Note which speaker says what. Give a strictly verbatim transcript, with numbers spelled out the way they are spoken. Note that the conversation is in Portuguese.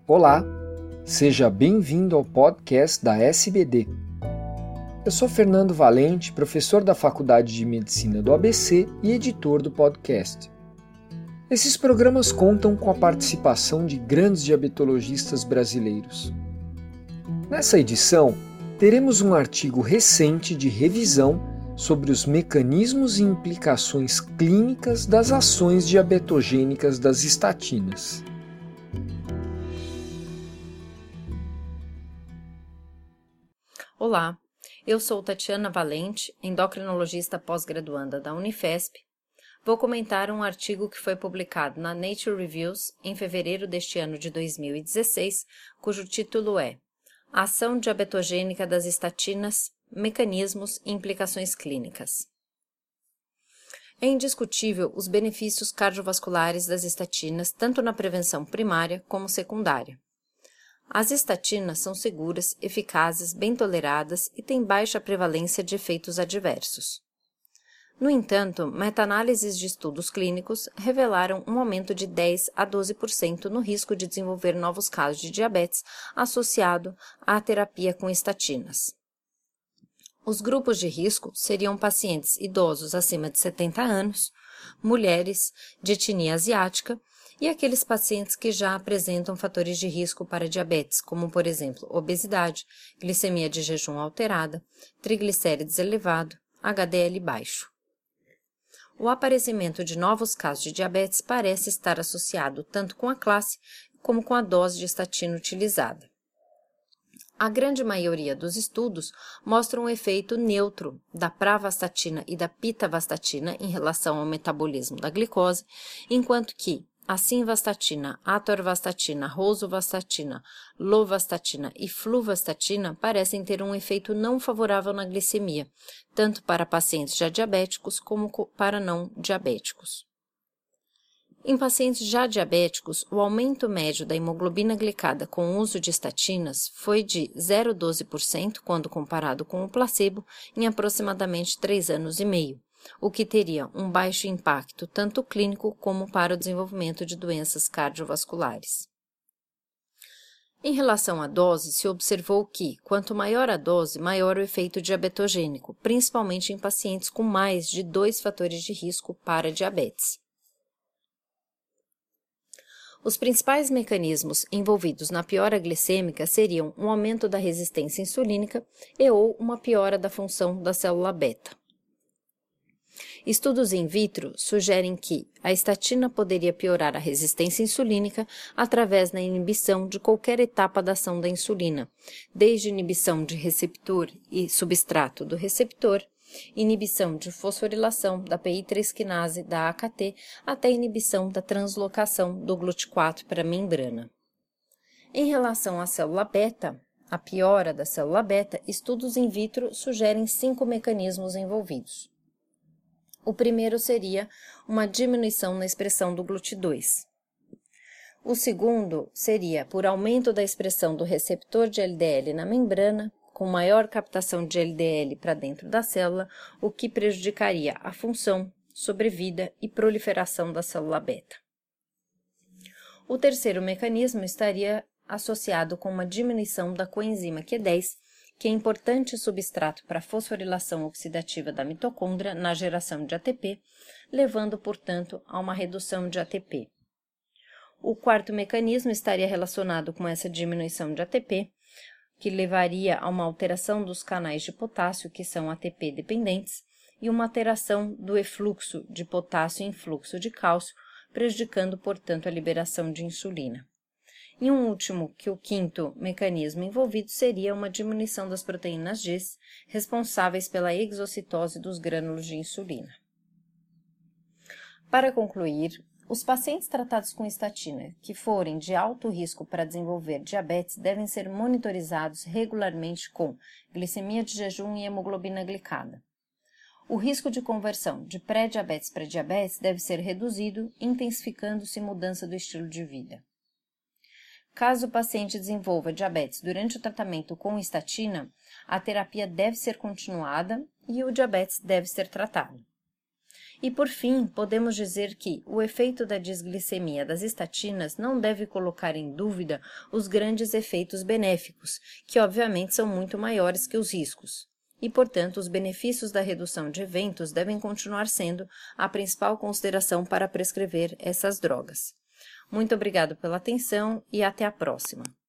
Speaker 1: Olá, seja bem-vindo ao podcast da S B D. Eu sou Fernando Valente, professor da Faculdade de Medicina do A B C e editor do podcast. Esses programas contam com a participação de grandes diabetologistas brasileiros. Nessa edição, teremos um artigo recente de revisão sobre os mecanismos e implicações clínicas das ações diabetogênicas das estatinas.
Speaker 2: Olá, eu sou Tatiana Valente, endocrinologista pós-graduanda da Unifesp. Vou comentar um artigo que foi publicado na Nature Reviews em fevereiro deste ano de dois mil e dezesseis, cujo título é Ação diabetogênica das estatinas, mecanismos e implicações clínicas. É indiscutível os benefícios cardiovasculares das estatinas tanto na prevenção primária como secundária. As estatinas são seguras, eficazes, bem toleradas e têm baixa prevalência de efeitos adversos. No entanto, meta-análises de estudos clínicos revelaram um aumento de dez a doze por cento no risco de desenvolver novos casos de diabetes associado à terapia com estatinas. Os grupos de risco seriam pacientes idosos acima de setenta anos, mulheres de etnia asiática e aqueles pacientes que já apresentam fatores de risco para diabetes, como, por exemplo, obesidade, glicemia de jejum alterada, triglicérides elevado, H D L baixo. O aparecimento de novos casos de diabetes parece estar associado tanto com a classe como com a dose de estatina utilizada. A grande maioria dos estudos mostram um efeito neutro da pravastatina e da pitavastatina em relação ao metabolismo da glicose, enquanto que a simvastatina, atorvastatina, rosuvastatina, lovastatina e fluvastatina parecem ter um efeito não favorável na glicemia, tanto para pacientes já diabéticos como para não diabéticos. Em pacientes já diabéticos, o aumento médio da hemoglobina glicada com o uso de estatinas foi de zero vírgula doze por cento quando comparado com o placebo em aproximadamente três anos e meio, o que teria um baixo impacto tanto clínico como para o desenvolvimento de doenças cardiovasculares. Em relação à dose, se observou que, quanto maior a dose, maior o efeito diabetogênico, principalmente em pacientes com mais de dois fatores de risco para diabetes. Os principais mecanismos envolvidos na piora glicêmica seriam um aumento da resistência insulínica e ou uma piora da função da célula beta. Estudos in vitro sugerem que a estatina poderia piorar a resistência insulínica através da inibição de qualquer etapa da ação da insulina, desde inibição de receptor e substrato do receptor, inibição de fosforilação da P I três quinase da A K T até inibição da translocação do G L U T quatro para a membrana. Em relação à célula beta, a piora da célula beta, estudos in vitro sugerem cinco mecanismos envolvidos. O primeiro seria uma diminuição na expressão do G L U T dois. O segundo seria por aumento da expressão do receptor de L D L na membrana, com maior captação de L D L para dentro da célula, o que prejudicaria a função, sobrevida e proliferação da célula beta. O terceiro mecanismo estaria associado com uma diminuição da coenzima Q dez, que é importante substrato para a fosforilação oxidativa da mitocôndria na geração de A T P, levando, portanto, a uma redução de A T P. O quarto mecanismo estaria relacionado com essa diminuição de A T P, que levaria a uma alteração dos canais de potássio, que são A T P dependentes, e uma alteração do efluxo de potássio em fluxo de cálcio, prejudicando, portanto, a liberação de insulina. E um último, que o quinto mecanismo envolvido seria uma diminuição das proteínas G, responsáveis pela exocitose dos grânulos de insulina. Para concluir, os pacientes tratados com estatina que forem de alto risco para desenvolver diabetes devem ser monitorizados regularmente com glicemia de jejum e hemoglobina glicada. O risco de conversão de pré-diabetes para diabetes deve ser reduzido, intensificando-se mudança do estilo de vida. Caso o paciente desenvolva diabetes durante o tratamento com estatina, a terapia deve ser continuada e o diabetes deve ser tratado. E por fim, podemos dizer que o efeito da desglicemia das estatinas não deve colocar em dúvida os grandes efeitos benéficos, que obviamente são muito maiores que os riscos. E, portanto, os benefícios da redução de eventos devem continuar sendo a principal consideração para prescrever essas drogas. Muito obrigado pela atenção e até a próxima.